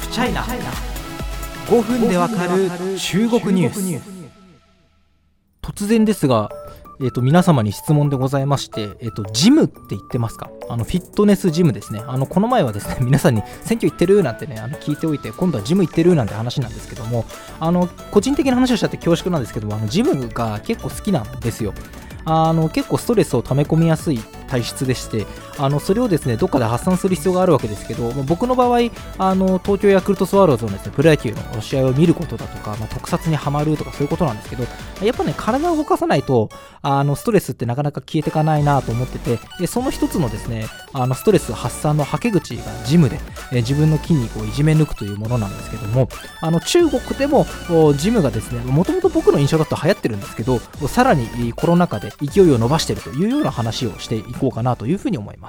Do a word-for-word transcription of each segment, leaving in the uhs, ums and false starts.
フチャイナ。ごふんでわかる中国ニュース。突然ですが、えー、と皆様に質問でございまして、えー、とジムって言ってますか？あのフィットネスジムですね。あのこの前はですね、皆さんに選挙行ってるなんてね、あの聞いておいて、今度はジム行ってるなんて話なんですけども、あの個人的な話をしちゃって恐縮なんですけども、あのジムが結構好きなんですよ。あの結構ストレスを溜め込みやすい体質でして、あのそれをですねどっかで発散する必要があるわけですけど、僕の場合あの東京ヤクルトスワローズのですねプロ野球の試合を見ることだとか、まあ、特撮にはまるとかそういうことなんですけど、やっぱね体を動かさないとあのストレスってなかなか消えていかないなと思ってて、でその一つのですねあのストレス発散のはけ口がジムで、え自分の筋肉をいじめ抜くというものなんですけども、あの中国でもジムがですねもともと僕の印象だと流行ってるんですけど、さらにコロナ禍で勢いを伸ばしているというような話をしていこうかなというふうに思います。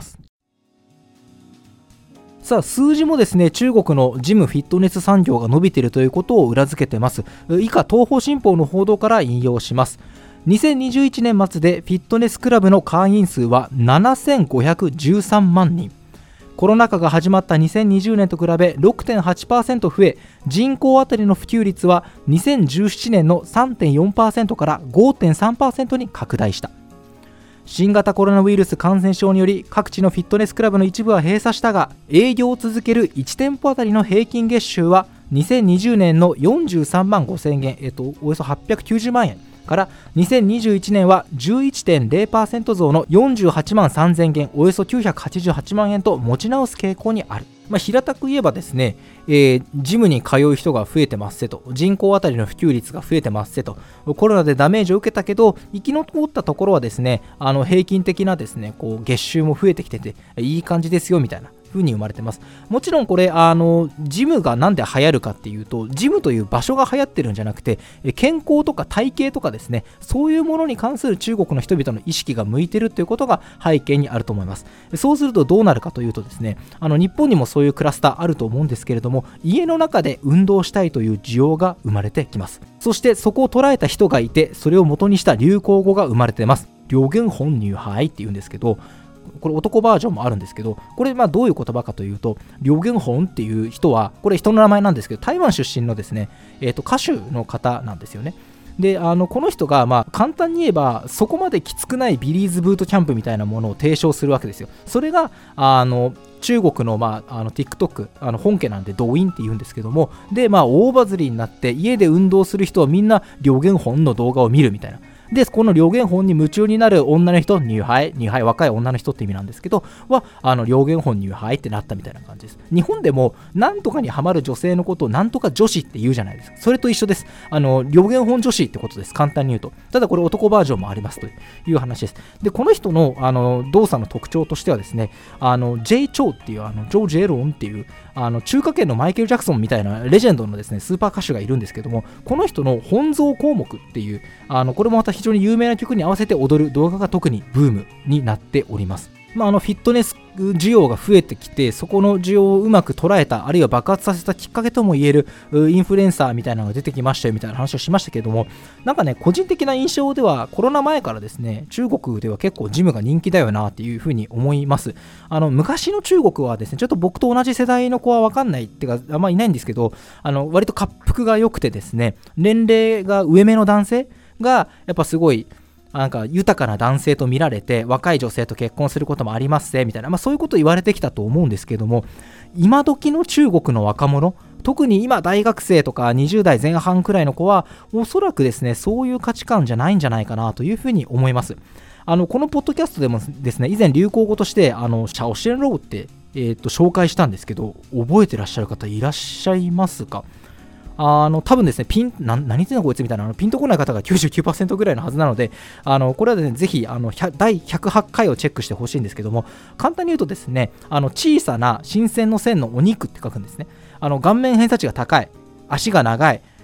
さあ数字もですね中国のジムフィットネス産業が伸びているということを裏付けてます。以下東方新報の報道から引用します。にせんにじゅういちねん末でフィットネスクラブの会員数はななせんごひゃくじゅうさんまんにん、コロナ禍が始まったにせんにじゅうねんと比べ ろくてんはちパーセント 増え、人口あたりの普及率はにせんじゅうななねんの さんてんよんパーセント から ごてんさんパーセント に拡大した。新型コロナウイルス感染症により各地のフィットネスクラブの一部は閉鎖したが、営業を続けるいち店舗あたりの平均月収はにせんにじゅうねんのよんじゅうさんまんごせんえん、えっと、およそはっぴゃくきゅうじゅうまんえんからにせんにじゅういちねんは じゅういってんれいパーセント 増のよんじゅうはちまんさんぜんえん、およそきゅうひゃくはちじゅうはちまんえんと持ち直す傾向にある。まあ、平たく言えばですね、えー、ジムに通う人が増えてますせと、人口あたりの普及率が増えてますせと、コロナでダメージを受けたけど生き残ったところはですね、あの平均的なですねこう月収も増えてきてていい感じですよみたいな風に生まれてます。もちろんこれあのジムがなんで流行るかっていうと、ジムという場所が流行ってるんじゃなくて、健康とか体型とかですね、そういうものに関する中国の人々の意識が向いてるということが背景にあると思います。そうするとどうなるかというとですね、あの日本にもそういうクラスターあると思うんですけれども、家の中で運動したいという需要が生まれてきます。そしてそこを捉えた人がいて、それを元にした流行語が生まれてます。両言本女孩っていうんですけど、これ男バージョンもあるんですけど、これまあどういう言葉かというと、両言本っていう人はこれ人の名前なんですけど、台湾出身のですね、えーと歌手の方なんですよね。であのこの人がまあ簡単に言えばそこまできつくないビリーズブートキャンプみたいなものを提唱するわけですよ。それがあの中国の、まあ、あの TikTok あの本家なんでドインって言うんですけども、でまあ大バズりになって家で運動する人はみんな両言本の動画を見るみたいな。でこの両言本に夢中になる女の人、ニューハイ、ニューハイ若い女の人って意味なんですけどは、あの両言本ニューハイってなったみたいな感じです。日本でもなんとかにハマる女性のことをなんとか女子って言うじゃないですか。それと一緒です。あの両言本女子ってことです。簡単に言うと。ただこれ男バージョンもありますという話です。でこの人のあの動作の特徴としてはですね、あの J チョウっていうあのジョー・ジェロンっていうあの中華圏のマイケル・ジャクソンみたいなレジェンドのですねスーパー歌手がいるんですけども、この人の本草項目っていうあのこれもまた非常に有名な曲に合わせて踊る動画が特にブームになっております。まあ、あのフィットネス需要が増えてきて、そこの需要をうまく捉えた、あるいは爆発させたきっかけともいえるインフルエンサーみたいなのが出てきましたよみたいな話をしましたけれども、なんかね個人的な印象ではコロナ前からですね中国では結構ジムが人気だよなっていうふうに思います。あの昔の中国はですね、ちょっと僕と同じ世代の子は分かんないっていうかあんまいないんですけど、あの割と滑腹が良くてですね、年齢が上目の男性がやっぱすごいなんか豊かな男性と見られて、若い女性と結婚することもありますねみたいな、まあ、そういうこと言われてきたと思うんですけども、今時の中国の若者、特に今大学生とかにじゅう代前半くらいの子はおそらくですねそういう価値観じゃないんじゃないかなというふうに思います。あのこのポッドキャストでもですね以前流行語としてあのシャオシェンローって、えー、と紹介したんですけど、覚えてらっしゃる方いらっしゃいますか？あの多分ですねピンな何言ってんのこいつみたいなあのピンとこない方が きゅうじゅうきゅうパーセント ぐらいのはずなので、あのこれはですねぜひあのだいひゃくはちかいをチェックしてほしいんですけども、簡単に言うとですね、あの小さな新鮮の線のお肉って書くんですね。あの顔面偏差値が高い、足が長い、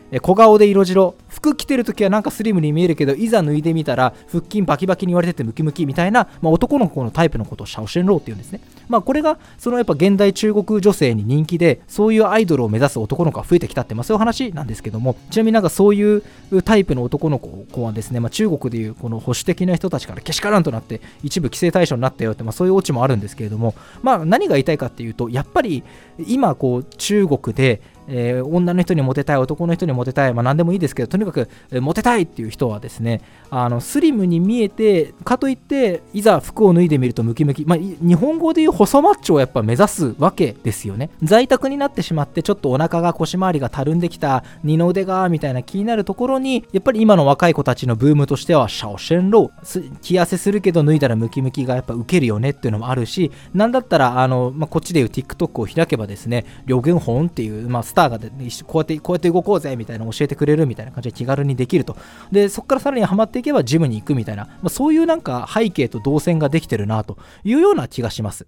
え小顔で色白、服着てるときはなんかスリムに見えるけど、いざ脱いでみたら腹筋バキバキに言われててムキムキみたいな、まあ、男の子のタイプのことをシャオシェンローっていうんですね。まあこれがそのやっぱ現代中国女性に人気で、そういうアイドルを目指す男の子が増えてきたって、まあそういう話なんですけども、ちなみになんかそういうタイプの男の子はですね、まあ、中国でいうこの保守的な人たちからけしからんとなって一部規制対象になったよって、まあそういうオチもあるんですけれども、まあ何が言いたいかっていうと、やっぱり今こう中国でえー、女の人にモテたい、男の人にモテたい、まあ何でもいいですけど、とにかく、えー、モテたいっていう人はですね、あのスリムに見えて、かといっていざ服を脱いでみるとムキムキ、まあ、日本語でいう細マッチョをやっぱ目指すわけですよね。在宅になってしまって、ちょっとお腹が腰回りがたるんできた、二の腕がみたいな気になるところに、やっぱり今の若い子たちのブームとしてはシャオシェンロー、着痩せするけど脱いだらムキムキがやっぱウケるよねっていうのもあるし、なんだったらあの、まあ、こっちでいう TikTok を開けばですね、リョゲンホンっていう、まあ、スターがで、ね、こうやってこうやって動こうぜみたいなのを教えてくれるみたいな感じで気軽にできると。でそこからさらにハマっていけばジムに行くみたいな、まあ、そういうなんか背景と動線ができてるなというような気がします。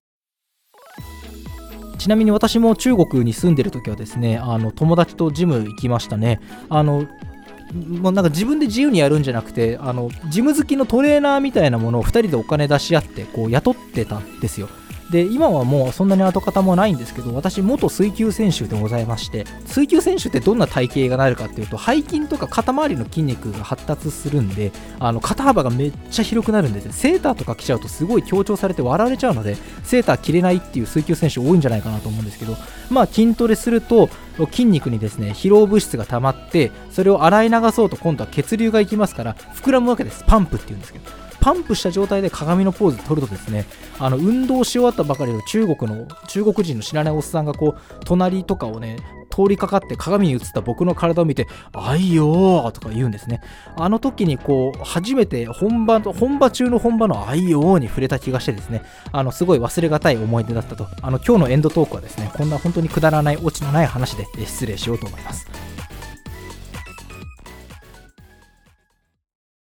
ちなみに私も中国に住んでる時はですね、あの友達とジム行きましたね。あのもうなんか自分で自由にやるんじゃなくて、あのジム好きのトレーナーみたいなものをふたりでお金出し合ってこう雇ってたんですよ。で今はもうそんなに跡形もないんですけど、私元水球選手でございまして、水球選手ってどんな体型がなるかっていうと、背筋とか肩周りの筋肉が発達するんで、あの肩幅がめっちゃ広くなるんですよ。セーターとか着ちゃうとすごい強調されて笑われちゃうので、セーター着れないっていう水球選手多いんじゃないかなと思うんですけど、まあ筋トレすると筋肉にですね疲労物質が溜まって、それを洗い流そうと今度は血流がいきますから膨らむわけです。パンプっていうんですけど、パンプした状態で鏡のポーズ取るとですね、あの運動し終わったばかりの中国の中国人の知らないおっさんがこう隣とかをね通りかかって鏡に映った僕の体を見てあいよーとか言うんですね。あの時にこう初めて本場本場中の本場のあいよーに触れた気がしてですね、あのすごい忘れがたい思い出だったと。あの今日のエンドトークはですね、こんな本当にくだらないオチのない話で失礼しようと思います。